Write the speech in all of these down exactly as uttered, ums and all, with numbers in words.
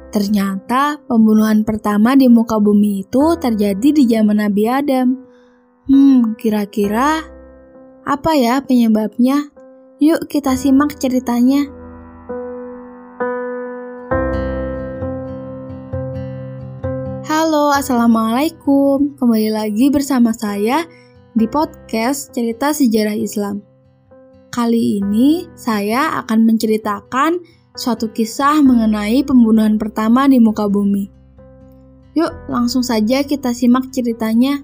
Ternyata pembunuhan pertama di muka bumi itu terjadi di zaman Nabi Adam. Hmm, kira-kira apa ya penyebabnya? Yuk kita simak ceritanya. Halo, Assalamualaikum. Kembali lagi bersama saya di podcast Cerita Sejarah Islam. Kali ini saya akan menceritakan suatu kisah mengenai pembunuhan pertama di muka bumi. Yuk, langsung saja kita simak ceritanya.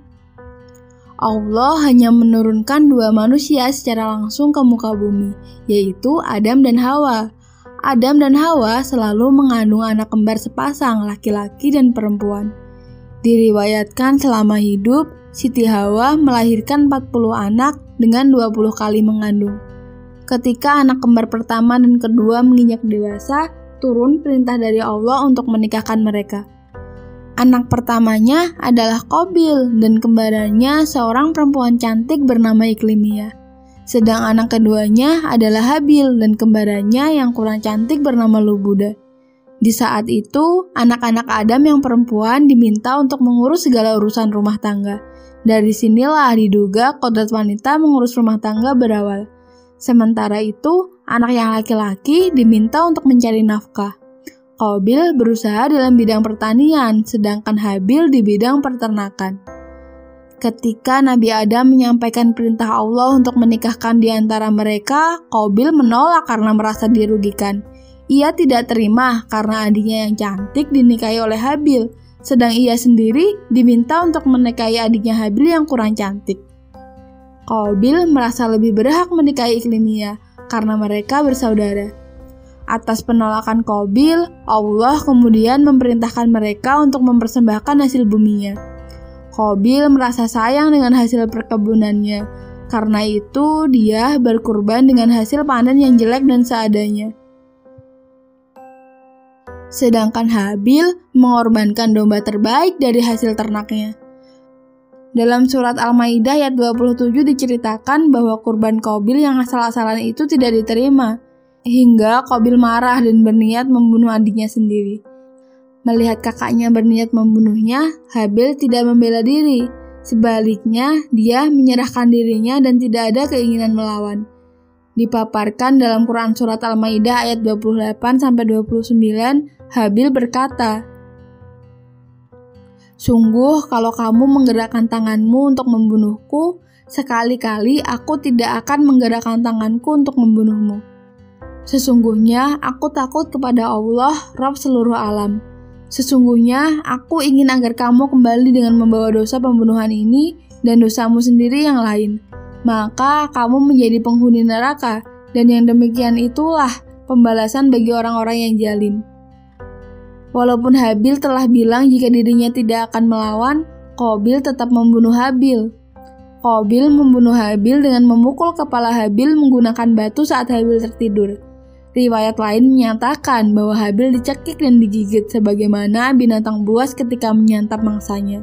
Allah hanya menurunkan dua manusia secara langsung ke muka bumi, yaitu Adam dan Hawa. Adam dan Hawa selalu mengandung anak kembar sepasang, laki-laki dan perempuan. Diriwayatkan selama hidup, Siti Hawa melahirkan empat puluh anak dengan dua puluh kali mengandung. Ketika anak kembar pertama dan kedua menginjak dewasa, turun perintah dari Allah untuk menikahkan mereka. Anak pertamanya adalah Qabil dan kembarannya seorang perempuan cantik bernama Iklimiyah. Sedang anak keduanya adalah Habil dan kembarannya yang kurang cantik bernama Lubuda. Di saat itu, anak-anak Adam yang perempuan diminta untuk mengurus segala urusan rumah tangga. Dari sinilah diduga kodrat wanita mengurus rumah tangga berawal. Sementara itu, anak yang laki-laki diminta untuk mencari nafkah. Qabil berusaha dalam bidang pertanian, sedangkan Habil di bidang peternakan. Ketika Nabi Adam menyampaikan perintah Allah untuk menikahkan di antara mereka, Qabil menolak karena merasa dirugikan. Ia tidak terima karena adiknya yang cantik dinikahi oleh Habil, sedang ia sendiri diminta untuk menikahi adiknya Habil yang kurang cantik. Qabil merasa lebih berhak menikahi Iklimiyah karena mereka bersaudara. Atas penolakan Qabil, Allah kemudian memerintahkan mereka untuk mempersembahkan hasil buminya. Qabil merasa sayang dengan hasil perkebunannya, karena itu dia berkurban dengan hasil panen yang jelek dan seadanya. Sedangkan Habil mengorbankan domba terbaik dari hasil ternaknya. Dalam surat Al-Maidah ayat dua puluh tujuh diceritakan bahwa kurban Qabil yang asal-asalan itu tidak diterima, hingga Qabil marah dan berniat membunuh adiknya sendiri. Melihat kakaknya berniat membunuhnya, Habil tidak membela diri. Sebaliknya, dia menyerahkan dirinya dan tidak ada keinginan melawan. Dipaparkan dalam Quran surat Al-Maidah ayat dua puluh delapan sampai dua puluh sembilan, Habil berkata, "Sungguh kalau kamu menggerakkan tanganmu untuk membunuhku, sekali-kali aku tidak akan menggerakkan tanganku untuk membunuhmu. Sesungguhnya aku takut kepada Allah, Rabb seluruh alam. Sesungguhnya aku ingin agar kamu kembali dengan membawa dosa pembunuhan ini dan dosamu sendiri yang lain. Maka kamu menjadi penghuni neraka, dan yang demikian itulah pembalasan bagi orang-orang yang zalim." Walaupun Habil telah bilang jika dirinya tidak akan melawan, Qabil tetap membunuh Habil. Qabil membunuh Habil dengan memukul kepala Habil menggunakan batu saat Habil tertidur. Riwayat lain menyatakan bahwa Habil dicekik dan digigit sebagaimana binatang buas ketika menyantap mangsanya.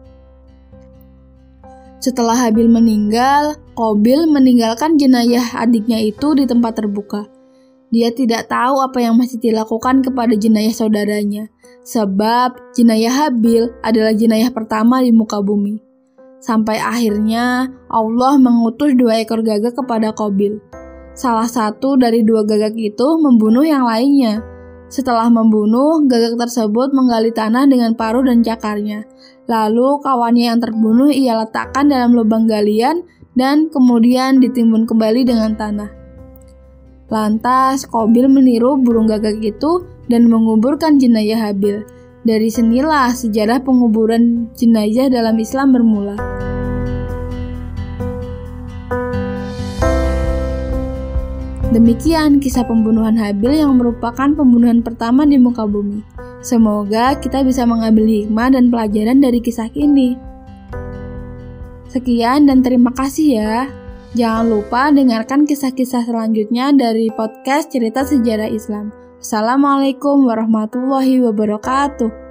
Setelah Habil meninggal, Qabil meninggalkan jenayah adiknya itu di tempat terbuka. Dia tidak tahu apa yang masih dilakukan kepada jenayah saudaranya, sebab jenayah Habil adalah jenayah pertama di muka bumi. Sampai akhirnya Allah mengutus dua ekor gagak kepada Qabil. Salah satu dari dua gagak itu membunuh yang lainnya. Setelah membunuh, gagak tersebut menggali tanah dengan paruh dan cakarnya. Lalu kawannya yang terbunuh ia letakkan dalam lubang galian dan kemudian ditimbun kembali dengan tanah. Lantas Qabil meniru burung gagak itu dan menguburkan jenayah Habil. Dari sinilah sejarah penguburan jenazah dalam Islam bermula. Demikian kisah pembunuhan Habil yang merupakan pembunuhan pertama di muka bumi. Semoga kita bisa mengambil hikmah dan pelajaran dari kisah ini. Sekian dan terima kasih ya. Jangan lupa dengarkan kisah-kisah selanjutnya dari podcast Cerita Sejarah Islam. Assalamualaikum warahmatullahi wabarakatuh.